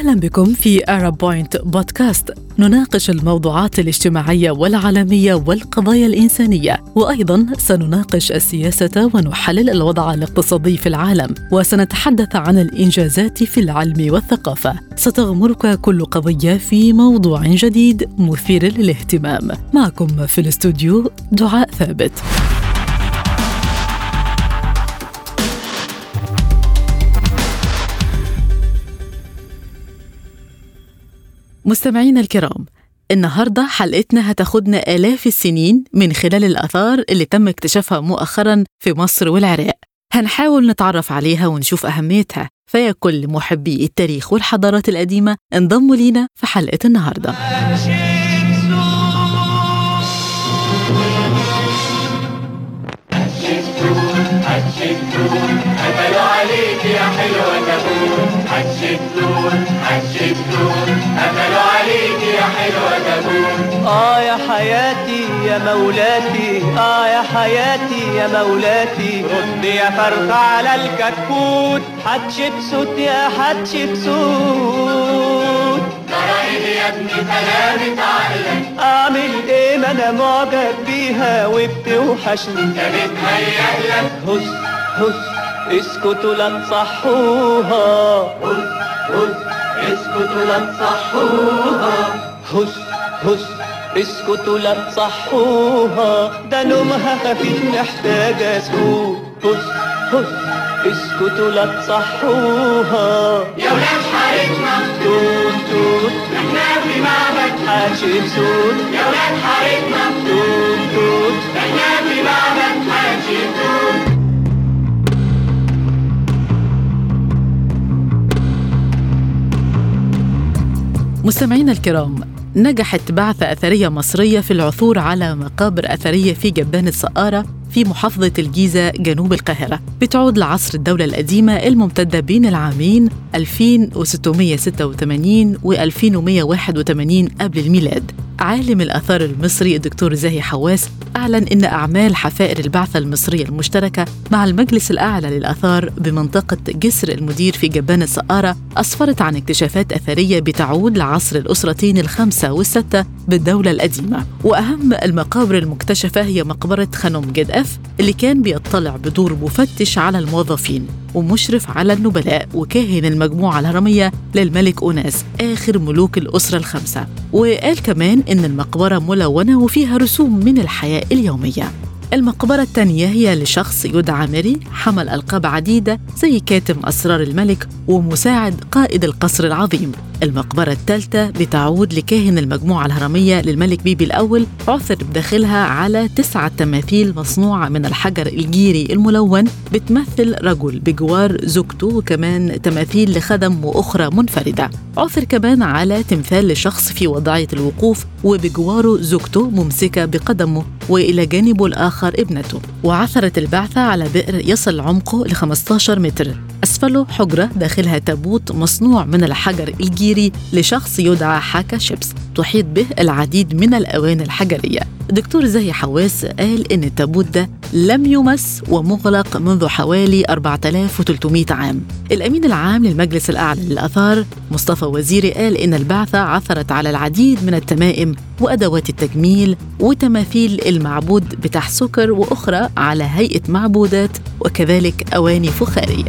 أهلا بكم في Arab Point بودكاست، نناقش الموضوعات الاجتماعية والعالمية والقضايا الإنسانية، وأيضا سنناقش السياسة ونحلل الوضع الاقتصادي في العالم، وسنتحدث عن الإنجازات في العلم والثقافة. ستغمرك كل قضية في موضوع جديد مثير للاهتمام. معكم في الاستوديو دعاء ثابت. مستمعينا الكرام، النهاردة حلقتنا هتاخدنا آلاف السنين من خلال الآثار اللي تم اكتشافها مؤخرا في مصر والعراق. هنحاول نتعرف عليها ونشوف أهميتها، فيا كل محبي التاريخ والحضارات القديمة انضموا لينا في حلقة النهاردة. قتلوا عليك يا حلوة تبون، حشتون قتلوا عليك يا حلوة تبون. يا حياتي يا مولاتي، يا حياتي يا مولاتي، رد يا فرخة على الكتكوت، حتشبسوت يا حتشبسوت. ضرائب يا ابني سلامة عقلك، اعمل ايه ما انا معجب بيها وبتوحشني، يا بتهيألك هس هس اسكتوا لا تصحوها، هس اسكتوا لا تصحوها، هس هس اسكتوا لا تصحوها، ده نومها خفيف محتاجة سكوت، هس هس اسكتوا لا تصحوها. يا ولاد حارتنا توت توت احنا في معبد حتشبسوت، يا ولاد حارتنا توت توت احنا في معبد حتشبسوت. مستمعينا الكرام، نجحت بعثة أثرية مصرية في العثور على مقابر أثرية في جبانة سقارة في محافظة الجيزة جنوب القاهرة، بتعود لعصر الدولة القديمة الممتدة بين العامين 2686 و 2181 قبل الميلاد. عالم الآثار المصري الدكتور زاهي حواس أعلن إن أعمال حفائر البعثة المصرية المشتركة مع المجلس الأعلى للآثار بمنطقة جسر المدير في جبانة سقارة أسفرت عن اكتشافات أثرية بتعود لعصر الأسرتين الخمسة والستة بالدولة القديمة. وأهم المقابر المكتشفة هي مقبرة خنم جد أف، اللي كان بيطلع بدور مفتش على الموظفين ومشرف على النبلاء وكاهن المجموعة الهرمية للملك أوناس آخر ملوك الأسرة الخمسة. وقال كمان إن المقبرة ملونة وفيها رسوم من الحياة اليومية. المقبرة الثانية هي لشخص يدعى ميري، حمل ألقاب عديدة زي كاتم أسرار الملك ومساعد قائد القصر العظيم. المقبرة الثالثة بتعود لكاهن المجموعة الهرمية للملك بيبي الأول، عثر بداخلها على 9 تماثيل مصنوعة من الحجر الجيري الملون بتمثل رجل بجوار زوجته، وكمان تماثيل لخدم وأخرى منفردة. عثر كمان على تمثال لشخص في وضعية الوقوف وبجواره زوجته ممسكة بقدمه وإلى جانبه الآخر ابنته. وعثرت البعثة على بئر يصل عمقه ل 15 متر، أسفله حجرة داخلها تابوت مصنوع من الحجر الجيري لشخص يدعى حاكا شيبس، تحيط به العديد من الأواني الحجرية. الدكتور زاهي حواس قال إن التابوت ده لم يمس ومغلق منذ حوالي 4300 عام. الأمين العام للمجلس الأعلى للآثار مصطفى وزيري قال إن البعثة عثرت على العديد من التمائم وأدوات التجميل وتماثيل المعبود بتاع سكر وأخرى على هيئة معبودات، وكذلك أواني فخارية.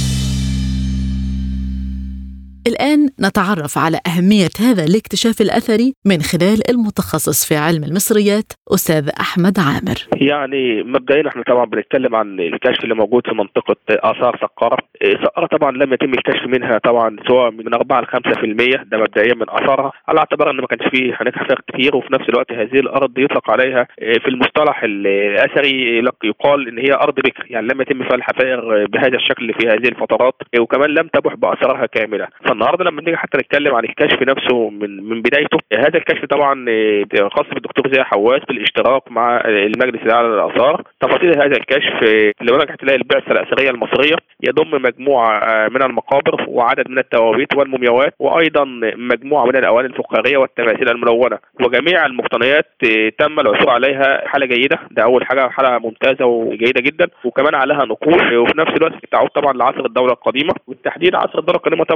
الآن نتعرف على أهمية هذا الاكتشاف الأثري من خلال المتخصص في علم المصريات أستاذ أحمد عامر. يعني مبدئيا احنا طبعا بنتكلم عن الكشف اللي موجود في منطقة آثار سقارة. سقارة طبعا لم يتم الكشف منها طبعا سواء من 4 ل 5%، ده مبدئيا من آثارها، على اعتبار ان ما كانش فيه هناك حفائر كتير، وفي نفس الوقت هذه الأرض يطلق عليها في المصطلح الأثري يقال ان هي أرض بكر، يعني لم يتم فيها الحفائر بهذا الشكل في هذه الفترات، وكمان لم تبح بأثارها كاملة. النهارده لما نيجي حتى نتكلم عن الكشف نفسه من بدايته، هذا الكشف طبعا خاص بالدكتور زاهي حواس بالاشتراك مع المجلس الاعلى للاثار. تفاصيل هذا الكشف اللي نجحت تلاقي البعثه الاثريه المصريه يضم مجموعه من المقابر وعدد من التوابيت والمومياوات، وايضا مجموعه من الاواني الفخاريه والتماثيل الملونه، وجميع المقتنيات تم العثور عليها حاله جيده. ده اول حاجه، حاله ممتازه وجيده جدا، وكمان عليها نقوش، وفي نفس الوقت تعود طبعا لعصر الدوله القديمه، والتحديد عصر الدوله القديمه. طبعا هذا الكشف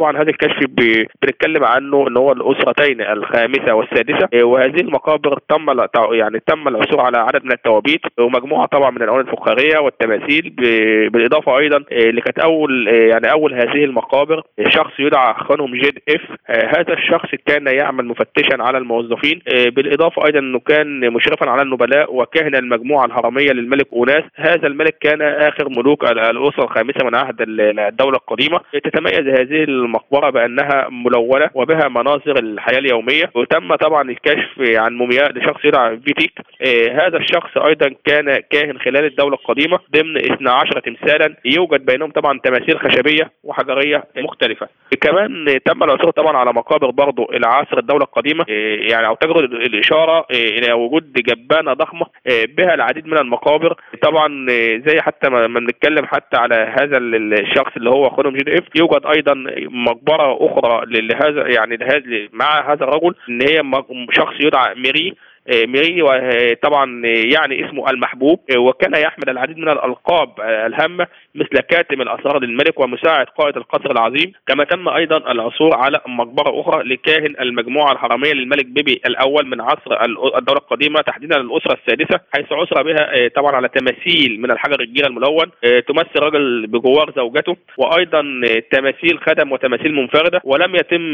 الكشف بنتكلم عنه ان هو الاسرتين الخامسه والسادسه، وهذه المقابر تم العثور على عدد من التوابيت ومجموعه طبعا من الاواني الفخاريه والتماثيل، بالاضافه ايضا اللي كانت اول هذه المقابر شخص يدعى خانم جيد اف. هذا الشخص كان يعمل مفتشا على الموظفين، بالاضافه ايضا انه كان مشرفا على النبلاء وكاهن المجموعه الهرميه للملك اوناس. هذا الملك كان اخر ملوك الاسره الخامسه من عهد الدوله القديمه. تتميز هذه المقبره بانها ملونه وبها مناظر الحياه اليوميه، وتم طبعا الكشف عن مومياء لشخص يدعى فيتيك. هذا الشخص ايضا كان كاهن خلال الدوله القديمه ضمن 12 تمثالا، يوجد بينهم طبعا تماثيل خشبيه وحجريه مختلفه. كمان تم العثور طبعا على مقابر برضه الى عصر الدوله القديمه، يعني او تجري الاشاره الى وجود جبانه ضخمه بها العديد من المقابر. طبعا زي حتى ما بنتكلم حتى على هذا الشخص اللي هو خانم جيد اف، يوجد ايضا مقبره اخرى لهذا يعني مع هذا الرجل ان هي شخص يدعى ميري، وطبعا يعني اسمه المحبوب، وكان يحمل العديد من الألقاب الهامة مثل كاتم الأسرار للملك ومساعد قائد القصر العظيم. كما تم أيضا العثور على مقبرة أخرى لكاهن المجموعة الهرمية للملك بيبي الأول من عصر الدولة القديمة، تحديدا الأسرة السادسة، حيث عثر بها طبعا على تماثيل من الحجر الجيري الملون تمثل رجل بجوار زوجته، وأيضا تماثيل خدم وتماثيل منفردة، ولم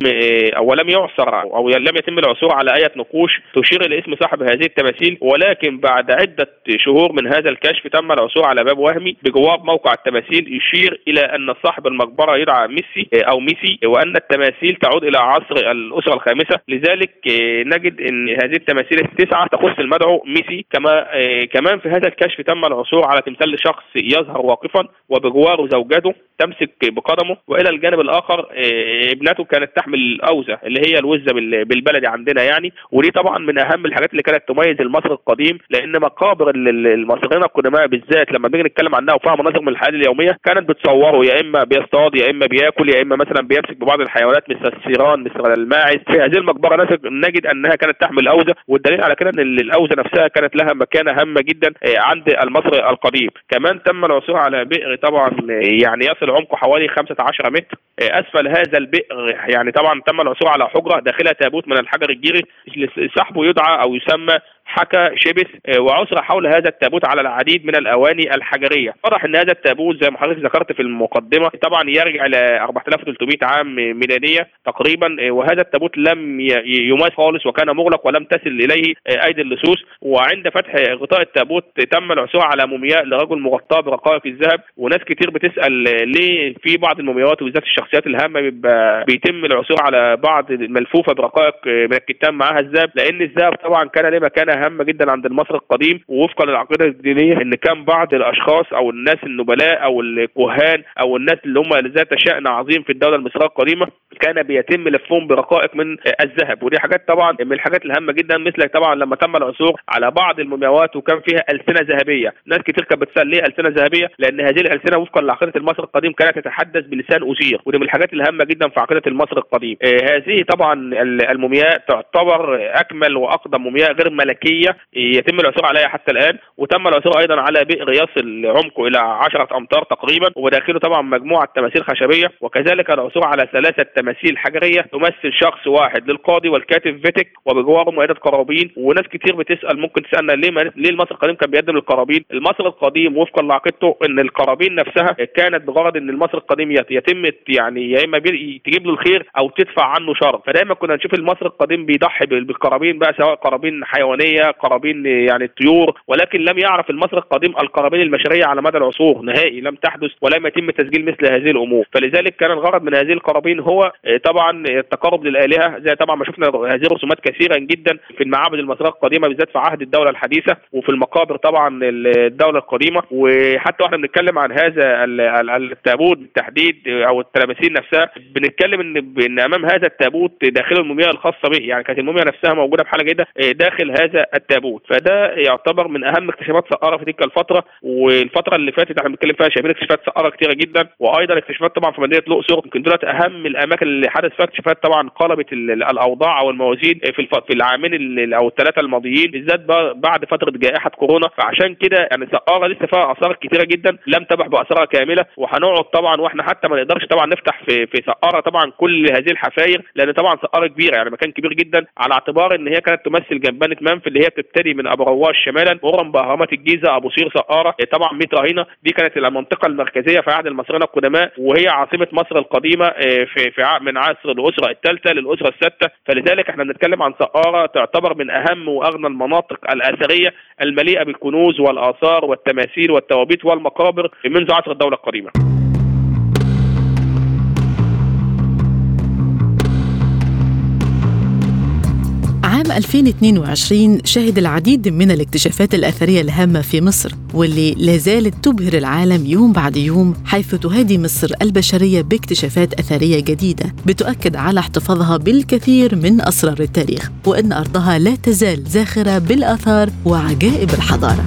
يتم العثور على أي نقوش تشير إلى اسم صاحب هذه التماثيل. ولكن بعد عدة شهور من هذا الكشف تم العثور على باب وهمي بجوار موقع التماثيل يشير إلى أن صاحب المقبرة يدعى ميسي، وأن التماثيل تعود إلى عصر الأسرة الخامسة. لذلك نجد أن هذه التماثيل التسعة تخص المدعو ميسي. كمان في هذا الكشف تم العثور على تمثال لشخص يظهر واقفا وبجواره زوجته تمسك بقدمه، وإلى الجانب الآخر ابنته كانت تحمل الأوزة اللي هي الوزة بالبلدي عندنا يعني. ودي طبعا من أهم الحاجات اللي كانت تميز المصري القديم، لان مقابر المصريين القدماء بالذات لما بنيجي نتكلم عنها وفيها مناظر من الحياه اليوميه كانت بتصوره يا اما بيصطاد يا اما بياكل يا اما مثلا بيمسك ببعض الحيوانات مثل الثيران مثل الماعز. في هذه المقبره نجد انها كانت تحمل اوزه، والدليل على كده ان الاوزه نفسها كانت لها مكانه هامه جدا عند المصري القديم. كمان تم العثور على بئر طبعا يعني يصل عمقه حوالي 15 متر. اسفل هذا البئر يعني طبعا تم العثور على حجره داخلها تابوت من الحجر الجيري، صاحبه يدعى او يسمى حكى شبس، وعثر حول هذا التابوت على العديد من الاواني الحجريه. واضح ان هذا التابوت زي ما حضرتك ذكرت في المقدمه طبعا يرجع ل 4300 عام ميلاديه تقريبا، وهذا التابوت لم يماس خالص وكان مغلق ولم تصل اليه ايدي اللصوص. وعند فتح غطاء التابوت تم العثور على مومياء لرجل مغطاه برقائق الذهب، وناس كتير بتسال ليه في بعض المومياوات وبالذات الشخصيات الهامه بيتم العثور على بعض ملفوفه برقائق من الكتان معها الذهب، لان الذهب طبعا كان له مكانه هامه جدا عند المصري القديم. ووفقا للعقيده الدينيه ان كان بعض الاشخاص او الناس النبلاء او الكهان او الناس اللي هم ذات شأن عظيم في الدوله المصريه القديمه كان بيتم لفهم برقائق من الذهب. ودي حاجات طبعا من الحاجات الهامه جدا، مثل طبعا لما تم العثور على بعض المومياوات وكان فيها ألسنة ذهبيه. ناس كتير كانت بتسال ليه ألسنة ذهبيه، لان هذه الألسنة وفقا لعقيده المصري القديم كانت تتحدث بلسان أوزير، ودي من الحاجات الهامه جدا في عقيده المصري القديم. هذه طبعا المومياء تعتبر اكمل واقدم مومياء غير ملكيه يتم العثور عليها حتى الان. وتم العثور ايضا على بئر يصل عمقه الى 10 امتار تقريبا، وداخله طبعا مجموعه تماثيل خشبيه، وكذلك العثور على 3 تماثيل حجريه تمثل شخص واحد للقاضي والكاتب فيتك وبجواره مائده قرابين. وناس كتير بتسال ممكن تسالنا ليه المصري القديم كان بيقدم القرابين؟ المصري القديم وفقا لعقيدته ان القرابين نفسها كانت بغرض ان المصري القديم يتم يعني يا اما تجيب له الخير او تدفع عنه شر. فدايما كنا نشوف المصري القديم بيضحي بالقرابين بقى، سواء قرابين حيوانيه قرابين يعني الطيور، ولكن لم يعرف المصري القديم القرابين البشريه على مدى العصور نهائي، لم تحدث ولم يتم تسجيل مثل هذه الامور. فلذلك كان الغرض من هذه القرابين هو طبعا التقرب للالهه، زي طبعا ما شفنا هذه الرسومات كثيرا جدا في المعابد المصريه القديمه بالذات في عهد الدوله الحديثه وفي المقابر طبعا الدوله القديمه. وحتى واحنا بنتكلم عن هذا التابوت بالتحديد او التماثيل نفسها، بنتكلم ان امام هذا التابوت داخل المومياء الخاصه به، يعني كانت المومياء نفسها موجوده بحاله جيده داخل هذا التابوت. فده يعتبر من اهم اكتشافات سقاره في تلك الفتره. والفتره اللي فاتت احنا بنتكلم فيها شايفين اكتشافات سقاره كثيره جدا، وايضا اكتشافات طبعا في مدينه الاقصر. يمكن دولت اهم الاماكن اللي حدث فيها اكتشافات طبعا قلبت الاوضاع او الموازين في العامين او الثلاثه الماضيين، بالذات بعد فتره جائحه كورونا. فعشان كده يعني سقاره لسه فيها اثار كتيره جدا لم تبح باثارها كامله، وهنقعد طبعا واحنا حتى ما نقدرش طبعا نفتح في سقاره طبعا كل هذه الحفاير، لان طبعا سقاره كبيره يعني مكان كبير جدا، على اعتبار ان هي كانت تمثل جنبانه منف اللي هي بتبتدي من ابو رواش شمالا مرورا باهرامات الجيزه ابو سير سقاره طبعا 100 رهينه. دي كانت المنطقه المركزيه في عهد المصريين القدماء، وهي عاصمه مصر القديمه من عصر الاسره الثالثه للاسره السادسه. فلذلك احنا بنتكلم عن سقاره تعتبر من اهم واغنى المناطق الاثريه المليئه بالكنوز والاثار والتماثيل والتوابيت والمقابر منذ عصر الدوله القديمه. عام 2022 شهد العديد من الاكتشافات الأثرية الهامة في مصر، واللي لازالت تبهر العالم يوم بعد يوم، حيث تهادي مصر البشرية باكتشافات أثرية جديدة بتؤكد على احتفاظها بالكثير من أسرار التاريخ، وأن أرضها لا تزال زاخرة بالآثار وعجائب الحضارة.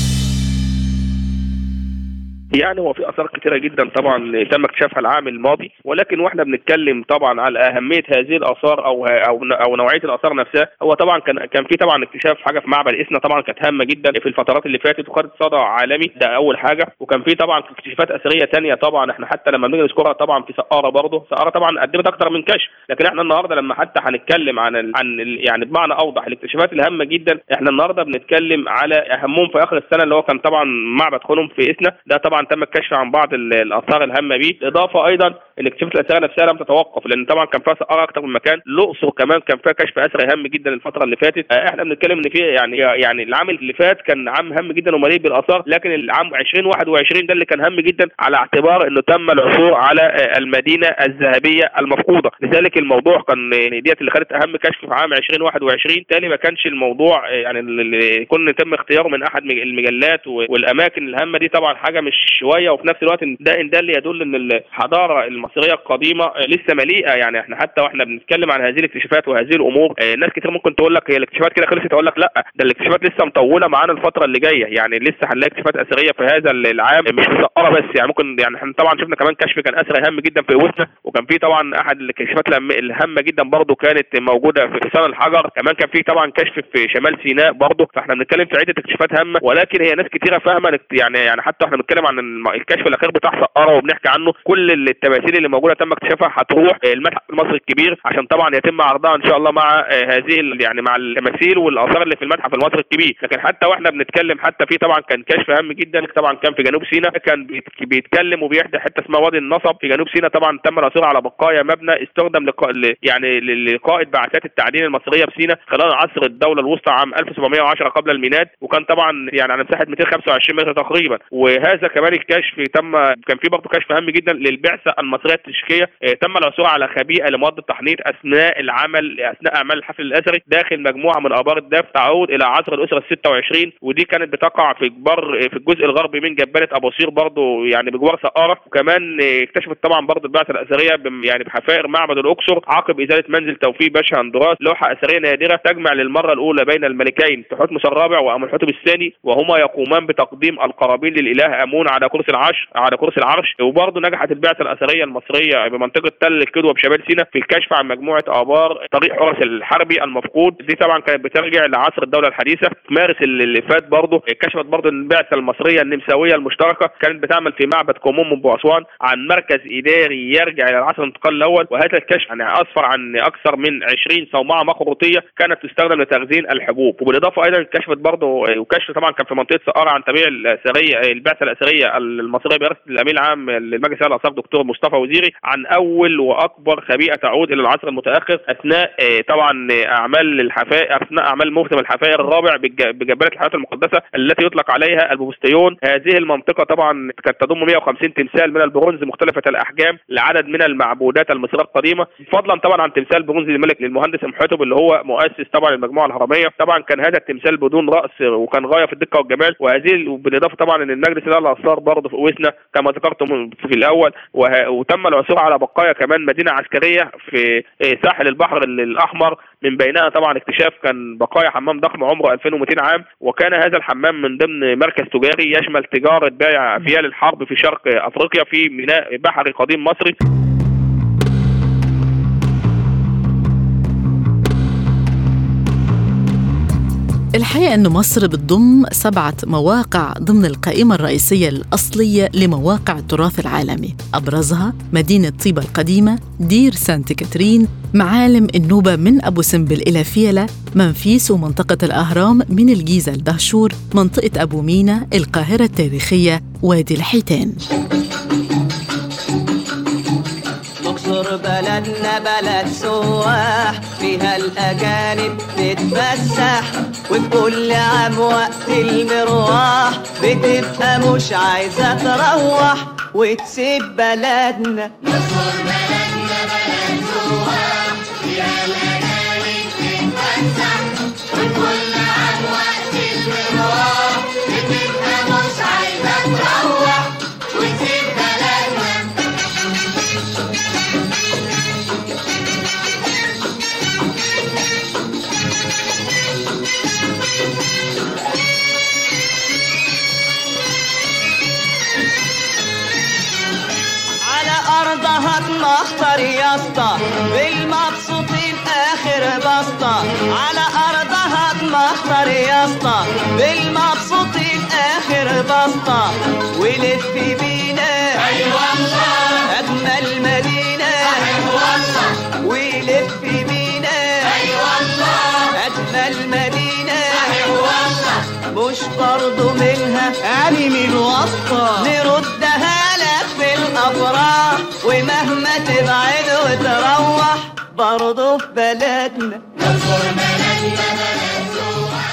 يعني هو في اثار كتيره جدا طبعا تم اكتشافها العام الماضي، ولكن واحنا بنتكلم طبعا على اهميه هذه الاثار او نوعيه الاثار نفسها، هو طبعا كان في طبعا اكتشاف حاجه في معبد إسنا طبعا كانت هامه جدا في الفترات اللي فاتت وخدت صدى عالمي، ده اول حاجه. وكان في طبعا اكتشافات اثريه ثانيه طبعا احنا حتى لما بنيجي نذكرها طبعا في سقاره، برضه سقاره طبعا قدمت اكتر من كشف، لكن احنا النهارده لما حتى هنتكلم عن يعني بمعنى اوضح الاكتشافات الهامه جدا، احنا النهارده بنتكلم على اهمهم في اخر السنه اللي هو كان طبعا معبد خنم في إسنا، ده طبعا تم الكشف عن بعض الاثار الهامه بيه. بالاضافه ايضا الاكتشافات الاثريه نفسها لم تتوقف، لان طبعا كان فيها سقاره اكثر من مكان. الاقصر كمان كان فيها كشف اثري هام جدا الفتره اللي فاتت. احنا بنتكلم ان في يعني العام اللي فات كان عام هام جدا ومليء بالاثار، لكن العام 2021 ده اللي كان هام جدا على اعتبار انه تم العثور على المدينه الذهبيه المفقوده. لذلك الموضوع كان ديت اللي خدت اهم كشف في عام 2021. تاني ما كانش الموضوع يعني اللي كنا تم اختياره من احد المجلات والاماكن الهامه دي طبعا حاجه مش شويه، وفي نفس الوقت ده اللي يدل ان الحضاره المصريه القديمه لسه مليئه. يعني احنا حتى واحنا بنتكلم عن هذه الاكتشافات وهذه الامور، ناس كتير ممكن تقول لك هي الاكتشافات كده خلصت، اقول لك لا، ده الاكتشافات لسه مطوله معانا الفتره اللي جايه. يعني لسه هنلاقي اكتشافات اثريه في هذا العام مش في سقاره بس، يعني ممكن يعني احنا طبعا شفنا كمان كشف كان اثري هام جدا في وسنا، وكان في طبعا احد الاكتشافات الهامه جدا برضه كانت موجوده في حصان الحجر، كمان كان في طبعا كشف في شمال سيناء برضه. فاحنا بنتكلم في عده اكتشافات هامه، ولكن هي ناس كتيره فاهمه يعني حتى احنا بنتكلم عن الكشف الاخير بتاع سقاره وبنحكي عنه، كل التماثيل اللي موجوده تم اكتشافها هتروح المتحف المصري الكبير عشان طبعا يتم عرضها ان شاء الله مع هذه يعني مع التماثيل والاثار اللي في المتحف المصري الكبير. لكن حتى واحنا بنتكلم حتى في طبعا كان كشف هام جدا طبعا كان في جنوب سيناء، كان بيتكلم وبيحدى حته اسمها وادي النصب في جنوب سيناء. طبعا تم العثور على بقايا مبنى استخدم يعني لقائد بعثات التعدين المصريه بسيناء خلال عصر الدوله الوسطى عام 1710 قبل الميلاد، وكان طبعا يعني على مساحه 225 متر تقريبا. وهذا كمان الكشف كان في برضه كشف هام جدا للبعثه المصريه التشكيه، تم العثور على خبيئه لمواد التحنيط اثناء اعمال الحفل الاثري داخل مجموعه من ابار الداف تعود الى عصر الاسره ال26، ودي كانت بتقع في الجزء الغربي من جبانه ابو سير برضه يعني بجوار سقاره. وكمان اكتشفت طبعا برضه البعثه الاثريه يعني بحفائر معبد الاقصر عقب ازاله منزل توفيق باشا هندراس لوحه اثريه نادره تجمع للمره الاولى بين الملكين تحتمس الرابع وامنحتب الثاني، وهما يقومان بتقديم القرابين للاله امون على كرسي العرش. وبرضه نجحت البعثه الاثريه المصريه بمنطقه تل الكدوه بشمال سيناء في الكشف عن مجموعه ابار طريق حرس الحربي المفقود، دي طبعا كانت بترجع لعصر الدوله الحديثه. في مارس اللي فات برضه كشفت برضه البعثه المصريه النمساويه المشتركه كانت بتعمل في معبد كوموم بأسوان عن مركز اداري يرجع الى العصر الانتقال الاول. وهذا الكشف يعني اسفر عن اكثر من 20 صومعه مخروطيه كانت تستخدم لتخزين الحبوب. وبالاضافه ايضا كشفت برضه وكشف طبعا كان في منطقه سقاره عن تبيع البعثه الاثريه المصريه برئاسه الامين العام للمجلس الاثار دكتور مصطفى وزيري عن اول واكبر خبيئه تعود الى العصر المتاخر اثناء طبعا اعمال موسم الحفائر الرابع بجبانه الحياه المقدسه التي يطلق عليها البوبستيون. هذه المنطقه طبعا كانت تضم 150 تمثال من البرونز مختلفه الاحجام لعدد من المعبودات المصريه القديمه، فضلا طبعا عن تمثال برونز للملك للمهندس امنحتب اللي هو مؤسس طبعا المجموعه الهرميه. طبعا كان هذا التمثال بدون راس وكان غايه في الدقه والجمال. وهذه بالاضافه طبعا ان المجلس الاثار برضه في وسنا كما ذكرت في الاول، وتم العثور على بقايا كمان مدينه عسكريه في ساحل البحر الاحمر، من بينها طبعا اكتشاف كان بقايا حمام ضخم عمره 2200 عام، وكان هذا الحمام من ضمن مركز تجاري يشمل تجاره بيع فيال الحرب في شرق افريقيا في ميناء بحري قديم مصري. الحقيقة أن مصر بتضم 7 مواقع ضمن القائمة الرئيسية الأصلية لمواقع التراث العالمي، أبرزها مدينة طيبة القديمة، دير سانت كاترين، معالم النوبة من أبو سمبل إلى فيلة، منفيس ومنطقة الأهرام من الجيزة لدهشور، منطقة أبو مينا، القاهرة التاريخية، وادي الحيتان. مصر بلدنا بلد سواح، فيها الأجانب تتفسح، وفي كل عام وقت المروح بتبقى مش عايزة تروح وتسيب بلدنا. مصر بلدنا بلد سواح، فيها الأجانب تتفسح، وفي كل عام وقت المروح بتبقى مش عايزة تروح وتسيب بلدنا. أرضها تمخطر يا اسطى بالمبسوطين آخر بسطة، على أرضها تمخطر يا اسطى بالمبسوطين آخر بسطة، ولف بينا أي والله أجمل مدينة أي والله، ولف بينا أي والله أجمل مدينة أي والله، مش برضو منها يعني من وسطة نردها لك في الأفراح، ومهما تبعد وتروح برضو في بلدنا. مصر بلدنا بلد سواح.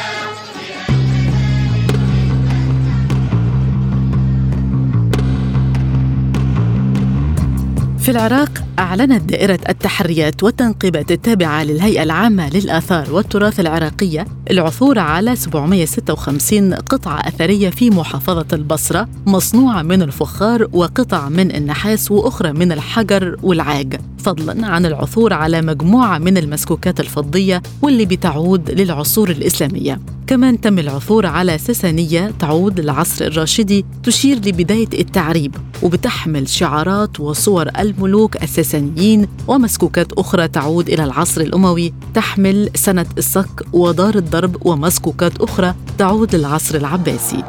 في العراق أعلنت دائرة التحريات والتنقيبات التابعة للهيئة العامة للآثار والتراث العراقية العثور على 756 قطعة أثرية في محافظة البصرة، مصنوعة من الفخار وقطع من النحاس وأخرى من الحجر والعاج، فضلاً عن العثور على مجموعة من المسكوكات الفضية واللي بتعود للعصور الإسلامية. كمان تم العثور على ساسانية تعود للعصر الراشدي تشير لبداية التعريب، وبتحمل شعارات وصور الملوك الساسانيين، ومسكوكات أخرى تعود إلى العصر الأموي تحمل سنة الصك ودار الضرب، ومسكوكات أخرى تعود للعصر العباسي.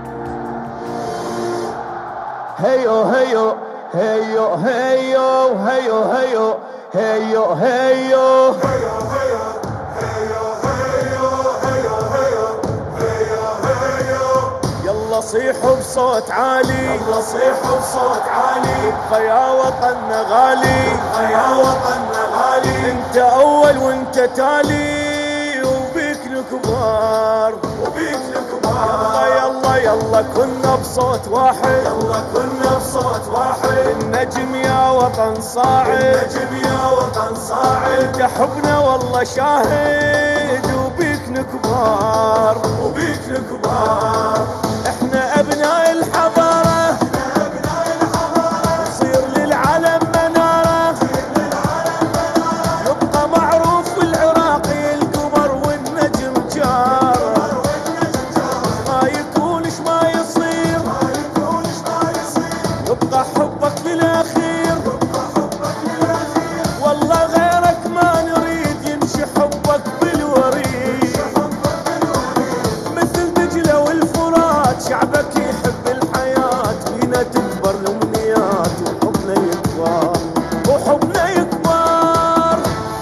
هيو هيو هيو هيو هيو هيو هيو هيو يلا صيحوا بصوت عالي، يلا صيحوا بصوت عالي، يا وطننا غالي، يا وطننا غالي، انت اول وانت تالي، وبيك الكبار، وبيك الكبار، يلا يلا كنا بصوت واحد، يلا كنا بصوت واحد، النجم يا وطن صاعد، النجم يا وطن صاعد، انت حبنا والله شاهد، وبيك الكبار، وبيك الكبار، احنا ابناء الحضاره، نصير للعالم مناره، نبقى معروف بالعراقي القمر والنجم جار، ما يكونش ما يصير، يبقى حبك بالاخير، والله غيرك ما نريد، يمشي حبك بالوريد، مثل دجله والفرات، شعبك يحب الحياة، فينا تكبر الأمنيات، وحبنا يكبر، وحبنا يكبر.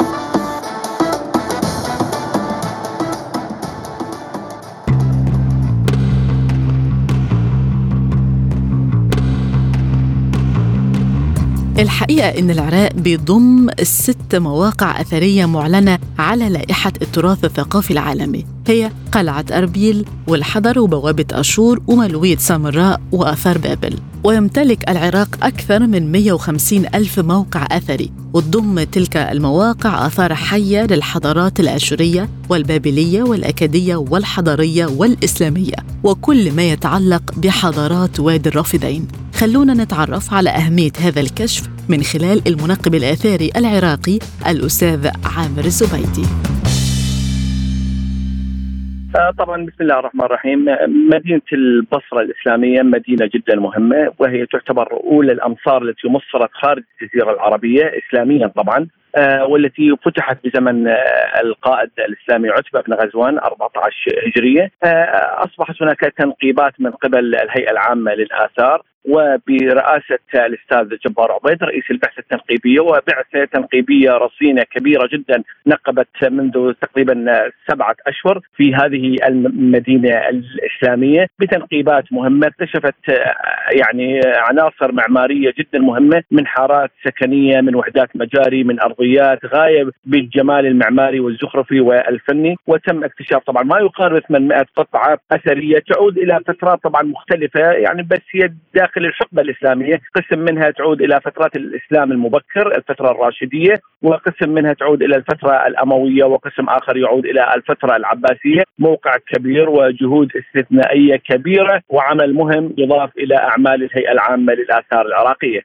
الحقيقة إن العراق بيضم 6 مواقع أثرية معلنة على لائحة التراث الثقافي العالمي، هي قلعة أربيل والحضر وبوابة أشور وملوية سامراء وآثار بابل. ويمتلك العراق أكثر من 150 ألف موقع أثري، وتضم تلك المواقع آثار حية للحضارات الآشورية والبابلية والأكادية والحضارية والإسلامية، وكل ما يتعلق بحضارات وادي الرافدين. خلونا نتعرف على أهمية هذا الكشف من خلال المنقب الآثاري العراقي الأستاذ عامر الزبيدي. طبعا بسم الله الرحمن الرحيم. مدينة البصرة الإسلامية مدينة جدا مهمة، وهي تعتبر أولى الأمصار التي مصرت خارج الجزيرة العربية إسلاميا طبعا، والتي فتحت بزمن القائد الإسلامي عتبة بن غزوان 14 هجرية. أصبحت هناك تنقيبات من قبل الهيئة العامة للآثار وبرئاسة الأستاذ جبار عبيد رئيس البعثة التنقيبية، وبعثة تنقيبية رصينة كبيرة جدا نقبت منذ تقريبا 7 أشهر في هذه المدينة الإسلامية بتنقيبات مهمة. اكتشفت يعني عناصر معمارية جدا مهمة، من حارات سكنية، من وحدات مجاري، من أرضيات غاية بالجمال المعماري والزخرفي والفني. وتم اكتشاف طبعا ما يقارب 800 قطعة أثرية تعود إلى فترات طبعا مختلفة، يعني بس هي داخل الحقبة الإسلامية. قسم منها تعود إلى فترات الإسلام المبكر الفترة الراشدية، وقسم منها تعود إلى الفترة الأموية، وقسم آخر يعود إلى الفترة العباسية. موقع كبير وجهود استثنائية كبيرة وعمل مهم يضاف إلى أعمال الهيئة العامة للآثار العراقية.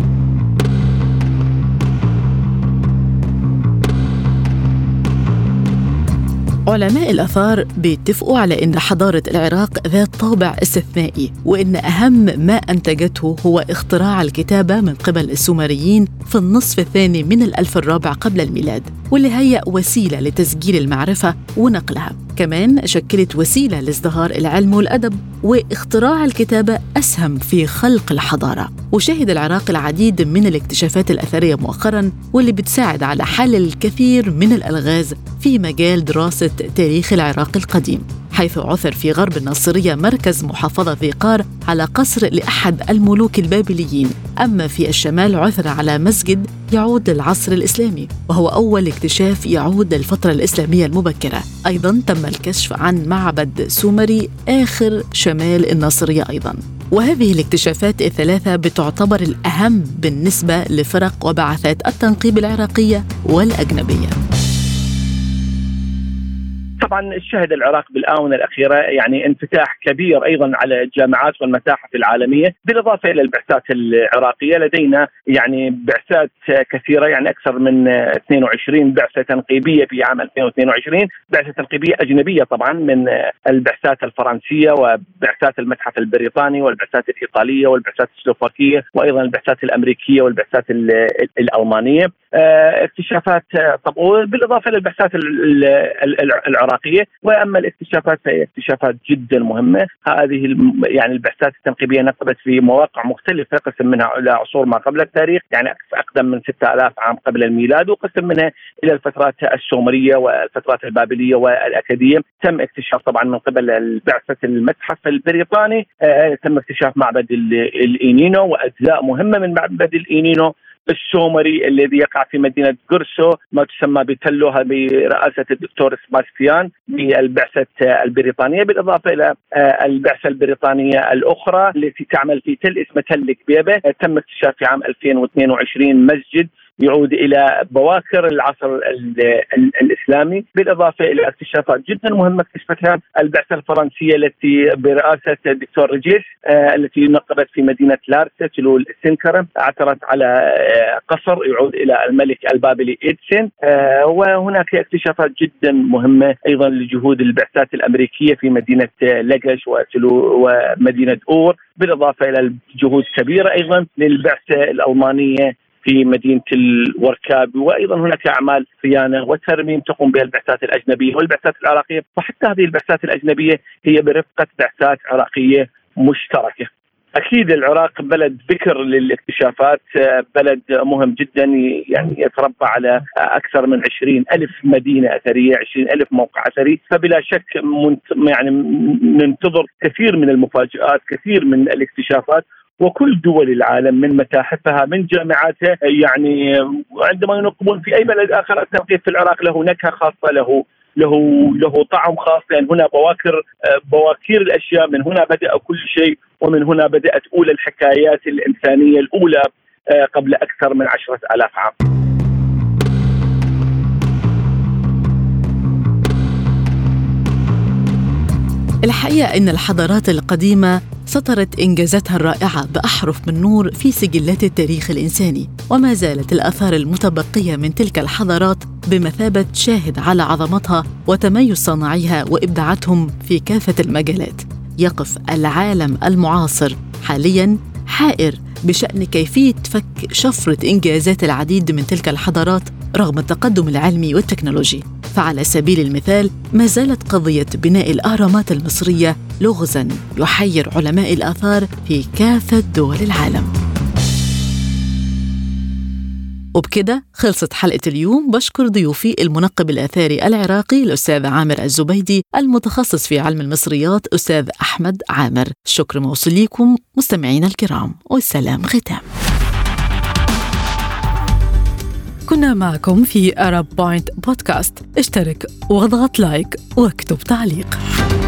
علماء الآثار بيتفقوا على أن حضارة العراق ذات طابع استثنائي، وأن أهم ما أنتجته هو اختراع الكتابة من قبل السومريين في النصف الثاني من 1000 الرابع قبل الميلاد، واللي هي وسيلة لتسجيل المعرفة ونقلها. كمان شكلت وسيلة لازدهار العلم والأدب، واختراع الكتابة أسهم في خلق الحضارة. وشهد العراق العديد من الاكتشافات الأثرية مؤخراً، واللي بتساعد على حل الكثير من الألغاز في مجال دراسة تاريخ العراق القديم، حيث عثر في غرب الناصرية مركز محافظة ذيقار على قصر لأحد الملوك البابليين. أما في الشمال عثر على مسجد يعود للعصر الإسلامي، وهو أول اكتشاف يعود للفترة الإسلامية المبكرة. أيضاً تم الكشف عن معبد سومري آخر شمال الناصرية أيضاً. وهذه الاكتشافات الثلاثة بتعتبر الأهم بالنسبة لفرق وبعثات التنقيب العراقية والأجنبية. طبعا شهد العراق بالآونة الأخيرة يعني انفتاح كبير أيضا على الجامعات والمتاحف العالمية، بالإضافة إلى البعثات العراقية. لدينا يعني بعثات كثيرة، يعني أكثر من 22 بعثة تنقيبية في عام 2022، بعثة تنقيبية أجنبية طبعا من البعثات الفرنسية وبعثات المتحف البريطاني والبعثات الإيطالية والبعثات السلوفاكية وأيضا البعثات الأمريكية والبعثات الألمانية. اكتشافات طبعا بالإضافة إلى البعثات العراقية. وأما الاكتشافات فهي اكتشافات جدا مهمة. هذه يعني البعثات التنقيبية نقبت في مواقع مختلفة، قسم منها إلى عصور ما قبل التاريخ، يعني أقدم من 6000 عام قبل الميلاد، وقسم منها إلى الفترات السومرية والفترات البابلية والأكادية. تم اكتشاف طبعا من قبل بعثة المتحف البريطاني، تم اكتشاف معبد الإينينو وأجزاء مهمة من معبد الإينينو السومري الذي يقع في مدينة قرصو ما تسمى بتلوها برئاسة الدكتور سباستيان بالبعثة البريطانية، بالإضافة إلى البعثة البريطانية الأخرى التي تعمل في تل اسمه تل كبيبة. تم اكتشاف في عام 2022 مسجد يعود إلى بواكر العصر الإسلامي، بالإضافة إلى اكتشافات جدا مهمة اكتشفتها البعثة الفرنسية التي برئاسة الدكتور ريجيس التي نقبت في مدينة لارسة تلول السنكرة، عثرت على قصر يعود إلى الملك البابلي إدسن. وهناك اكتشافات جدا مهمة أيضا لجهود البعثات الأمريكية في مدينة لقش ومدينة أور، بالإضافة إلى جهود كبيرة أيضا للبعثة الألمانية في مدينة الوركاب. وأيضا هناك أعمال صيانة وترميم تقوم بها البعثات الأجنبية والبعثات العراقية، وحتى هذه البعثات الأجنبية هي برفقة بعثات عراقية مشتركة. أكيد العراق بلد بكر للاكتشافات، بلد مهم جدا، يعني يتربع على أكثر من 20,000 مدينة أثرية، 20,000 موقع أثري. فبلا شك يعني ننتظر كثير من المفاجآت، كثير من الاكتشافات. وكل دول العالم من متاحفها من جامعاتها يعني عندما ينقبون في أي بلد آخر التنقيب في العراق له نكهة خاصة، له طعم خاص، لأن هنا بواكير الأشياء، من هنا بدأ كل شيء، ومن هنا بدأت أولى الحكايات الإنسانية الأولى قبل أكثر من 10,000 عام. الحقيقة إن الحضارات القديمة سطرت إنجازاتها الرائعة بأحرف من نور في سجلات التاريخ الإنساني، وما زالت الآثار المتبقية من تلك الحضارات بمثابة شاهد على عظمتها وتميز صانعيها وإبداعاتهم في كافة المجالات. يقف العالم المعاصر حالياً حائر بشأن كيفية فك شفرة إنجازات العديد من تلك الحضارات رغم التقدم العلمي والتكنولوجي. فعلى سبيل المثال ما زالت قضية بناء الأهرامات المصرية لغزاً يحير علماء الآثار في كافة دول العالم. وبكده خلصت حلقة اليوم. بشكر ضيوفي المنقب الآثاري العراقي الأستاذ عامر الزبيدي، المتخصص في علم المصريات أستاذ أحمد عامر. الشكر موصول لكم مستمعين الكرام، والسلام ختام. كنا معكم في Arab Point بودكاست. اشترك واضغط لايك واكتب تعليق.